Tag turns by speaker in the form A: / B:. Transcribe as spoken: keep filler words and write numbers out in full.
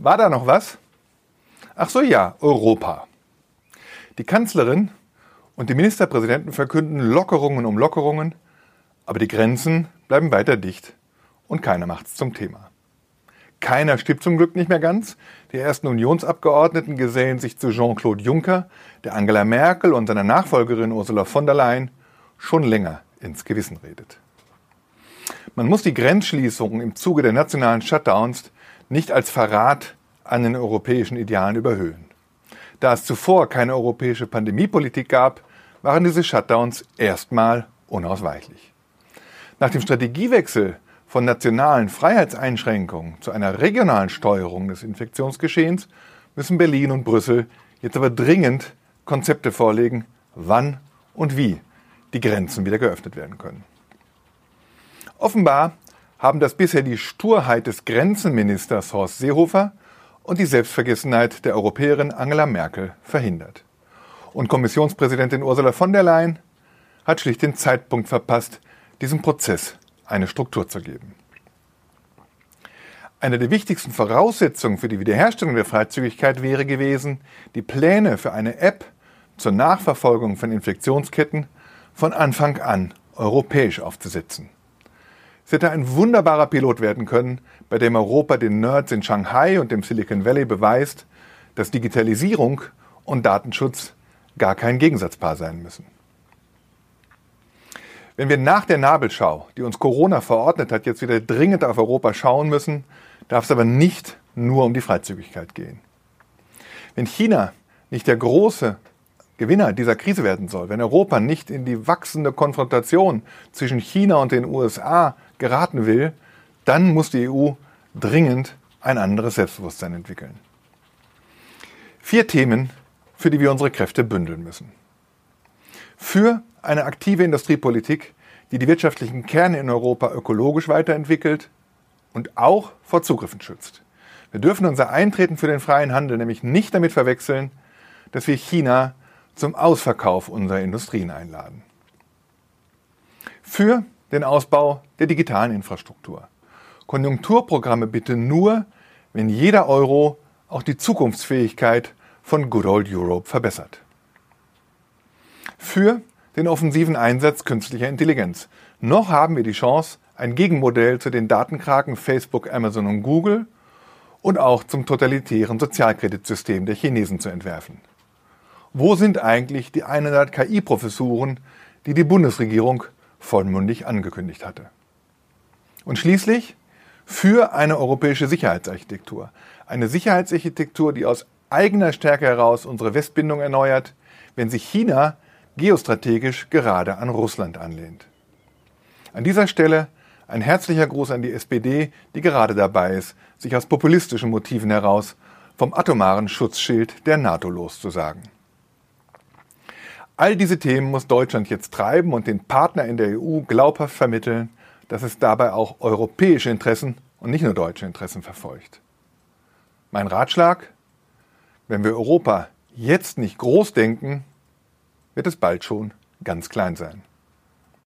A: War da noch was? Ach so, ja, Europa. Die Kanzlerin und die Ministerpräsidenten verkünden Lockerungen um Lockerungen, aber die Grenzen bleiben weiter dicht und keiner macht's zum Thema. Keiner stirbt zum Glück nicht mehr ganz. Die ersten Unionsabgeordneten gesellen sich zu Jean-Claude Juncker, der Angela Merkel und seiner Nachfolgerin Ursula von der Leyen schon länger ins Gewissen redet. Man muss die Grenzschließungen im Zuge der nationalen Shutdowns nicht als Verrat an den europäischen Idealen überhöhen. Da es zuvor keine europäische Pandemiepolitik gab, waren diese Shutdowns erstmal unausweichlich. Nach dem Strategiewechsel von nationalen Freiheitseinschränkungen zu einer regionalen Steuerung des Infektionsgeschehens müssen Berlin und Brüssel jetzt aber dringend Konzepte vorlegen, wann und wie die Grenzen wieder geöffnet werden können. Offenbar haben das bisher die Sturheit des Grenzenministers Horst Seehofer und die Selbstvergessenheit der Europäerin Angela Merkel verhindert. Und Kommissionspräsidentin Ursula von der Leyen hat schlicht den Zeitpunkt verpasst, diesem Prozess eine Struktur zu geben. Eine der wichtigsten Voraussetzungen für die Wiederherstellung der Freizügigkeit wäre gewesen, die Pläne für eine App zur Nachverfolgung von Infektionsketten von Anfang an europäisch aufzusetzen. Es hätte ein wunderbarer Pilot werden können, bei dem Europa den Nerds in Shanghai und dem Silicon Valley beweist, dass Digitalisierung und Datenschutz gar kein Gegensatzpaar sein müssen. Wenn wir nach der Nabelschau, die uns Corona verordnet hat, jetzt wieder dringend auf Europa schauen müssen, darf es aber nicht nur um die Freizügigkeit gehen. Wenn China nicht der große Gewinner dieser Krise werden soll, wenn Europa nicht in die wachsende Konfrontation zwischen China und den U S A geraten will, dann muss die E U dringend ein anderes Selbstbewusstsein entwickeln. Vier Themen, für die wir unsere Kräfte bündeln müssen. Für eine aktive Industriepolitik, die die wirtschaftlichen Kerne in Europa ökologisch weiterentwickelt und auch vor Zugriffen schützt. Wir dürfen unser Eintreten für den freien Handel nämlich nicht damit verwechseln, dass wir China zum Ausverkauf unserer Industrien einladen. Für den Ausbau der digitalen Infrastruktur. Konjunkturprogramme bitte nur, wenn jeder Euro auch die Zukunftsfähigkeit von Good Old Europe verbessert. Für den offensiven Einsatz künstlicher Intelligenz. Noch haben wir die Chance, ein Gegenmodell zu den Datenkraken Facebook, Amazon und Google und auch zum totalitären Sozialkreditsystem der Chinesen zu entwerfen. Wo sind eigentlich die hundert K I-Professuren, die die Bundesregierung vollmundig angekündigt hatte? Und schließlich für eine europäische Sicherheitsarchitektur. Eine Sicherheitsarchitektur, die aus eigener Stärke heraus unsere Westbindung erneuert, wenn sich China geostrategisch gerade an Russland anlehnt. An dieser Stelle ein herzlicher Gruß an die S P D, die gerade dabei ist, sich aus populistischen Motiven heraus vom atomaren Schutzschild der NATO loszusagen. All diese Themen muss Deutschland jetzt treiben und den Partner in der E U glaubhaft vermitteln, dass es dabei auch europäische Interessen und nicht nur deutsche Interessen verfolgt. Mein Ratschlag: Wenn wir Europa jetzt nicht groß denken, wird es bald schon ganz klein sein.